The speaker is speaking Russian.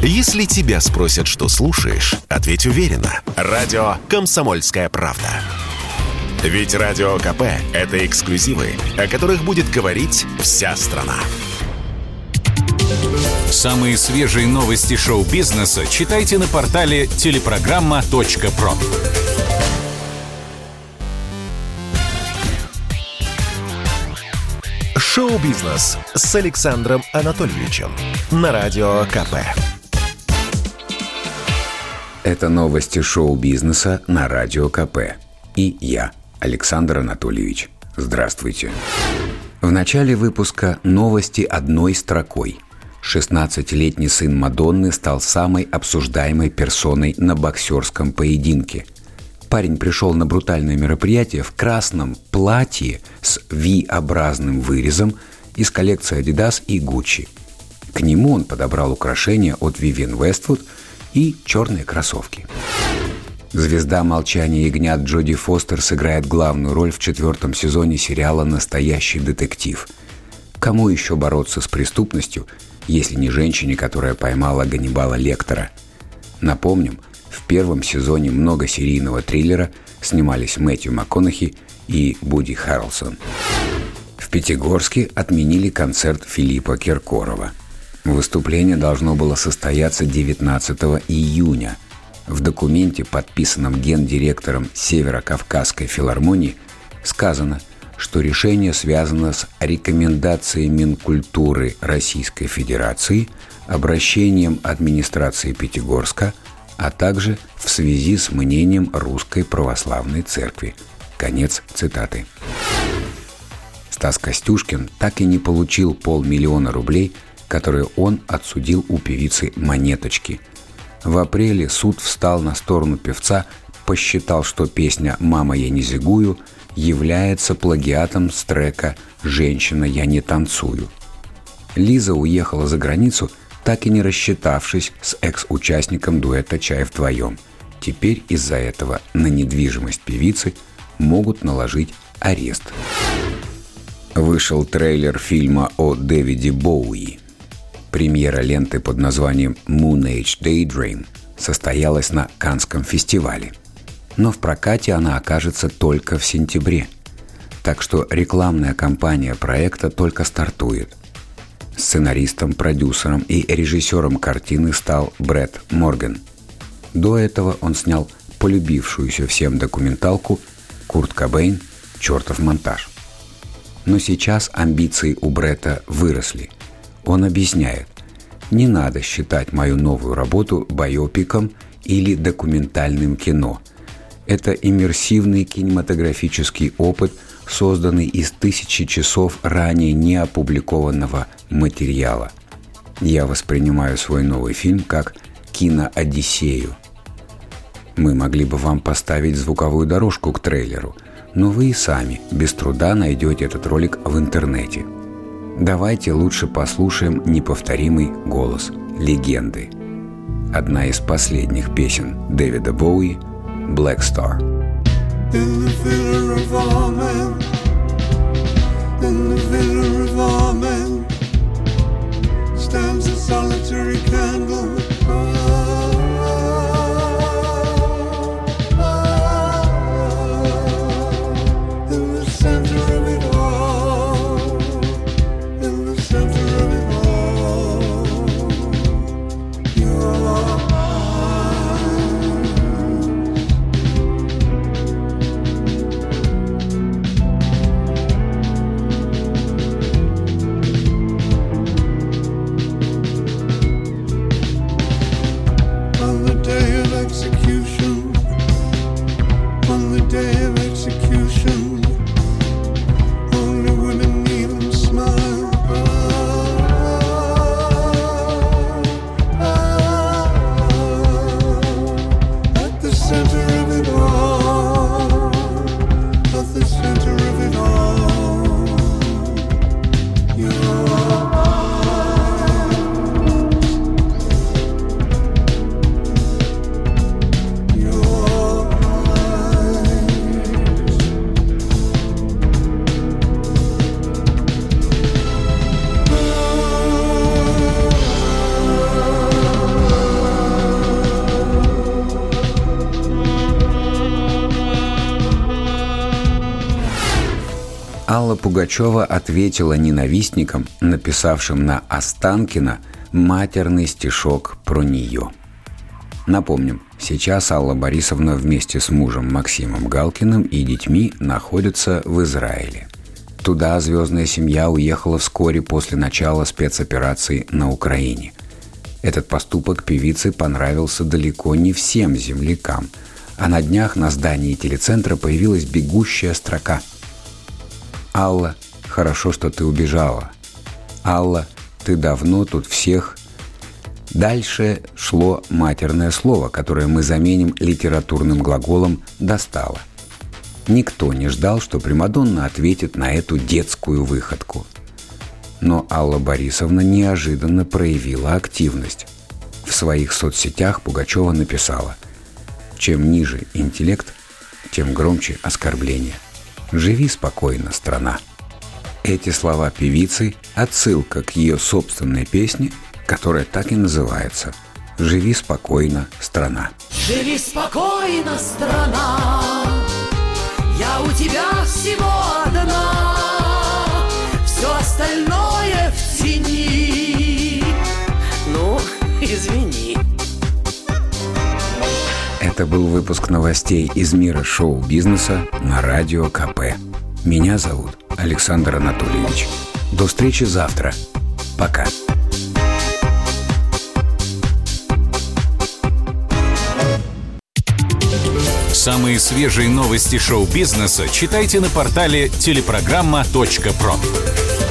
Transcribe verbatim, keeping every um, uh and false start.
Если тебя спросят, что слушаешь, ответь уверенно. Радио «Комсомольская правда». Ведь Радио КП – это эксклюзивы, о которых будет говорить вся страна. Самые свежие новости шоу-бизнеса читайте на портале телепрограмма точка про. Шоу-бизнес с Александром Анатольевичем на Радио КП. Это новости шоу-бизнеса на Радио КП. И я, Александр Анатольевич. Здравствуйте. В начале выпуска новости одной строкой. шестнадцатилетний сын Мадонны стал самой обсуждаемой персоной на боксерском поединке. Парень пришел на брутальное мероприятие в красном платье с V-образным вырезом из коллекции Adidas и Gucci. К нему он подобрал украшения от Vivienne Westwood и черные кроссовки. Звезда «Молчания ягнят» Джоди Фостер сыграет главную роль в четвертом сезоне сериала «Настоящий детектив». Кому еще бороться с преступностью, если не женщине, которая поймала Ганнибала Лектора? Напомним, в первом сезоне многосерийного триллера снимались Мэтью МакКонахи и Вуди Харрельсон. В Пятигорске отменили концерт Филиппа Киркорова. Выступление должно было состояться девятнадцатого июня. В документе, подписанном гендиректором Северо-Кавказской филармонии, сказано, что решение связано с рекомендацией Минкультуры Российской Федерации, обращением администрации Пятигорска, а также в связи с мнением Русской Православной Церкви. Конец цитаты. Стас Костюшкин так и не получил полмиллиона рублей, которые он отсудил у певицы Монеточки. В апреле суд встал на сторону певца, посчитал, что песня «Мама, я не зигую» является плагиатом с трека «Женщина, я не танцую». Лиза уехала за границу, так и не рассчитавшись с экс-участником дуэта «Чай вдвоем». Теперь из-за этого на недвижимость певицы могут наложить арест. Вышел трейлер фильма о Дэвиде Боуи. Премьера ленты под названием Moon Age Daydream состоялась на Каннском фестивале. Но в прокате она окажется только в сентябре. Так что рекламная кампания проекта только стартует. Сценаристом, продюсером и режиссером картины стал Брэд Морган. До этого он снял полюбившуюся всем документалку «Курт Кобейн. Чертов монтаж». Но сейчас амбиции у Бретта выросли. Он объясняет: «Не надо считать мою новую работу байопиком или документальным кино. Это иммерсивный кинематографический опыт, созданный из тысячи часов ранее не опубликованного материала. Я воспринимаю свой новый фильм как киноодиссею. Мы могли бы вам поставить звуковую дорожку к трейлеру, но вы и сами без труда найдете этот ролик в интернете. Давайте лучше послушаем неповторимый голос легенды». Одна из последних песен Дэвида Боуи «Black Star». In the filler of all men, in the filler of all men, stands a solitary candle. Oh, oh, oh, in the center of it all, in the center of it all, you are. Алла Пугачева ответила ненавистникам, написавшим на Останкино матерный стишок про нее. Напомним, сейчас Алла Борисовна вместе с мужем Максимом Галкиным и детьми находятся в Израиле. Туда звездная семья уехала вскоре после начала спецоперации на Украине. Этот поступок певице понравился далеко не всем землякам, а на днях на здании телецентра появилась бегущая строка: «Алла, хорошо, что ты убежала. Алла, ты давно тут всех...» Дальше шло матерное слово, которое мы заменим литературным глаголом «достала». Никто не ждал, что Примадонна ответит на эту детскую выходку. Но Алла Борисовна неожиданно проявила активность. В своих соцсетях Пугачева написала: «Чем ниже интеллект, тем громче оскорбление. Живи спокойно, страна». Эти слова певицы – отсылка к ее собственной песне, которая так и называется «Живи спокойно, страна». Живи спокойно, страна, я у тебя всего одна, все остальное в тени. Ну, извини. Это был выпуск новостей из мира шоу-бизнеса на Радио ка пэ. Меня зовут Александр Анатольевич. До встречи завтра. Пока. Самые свежие новости шоу-бизнеса читайте на портале телепрограмма точка про.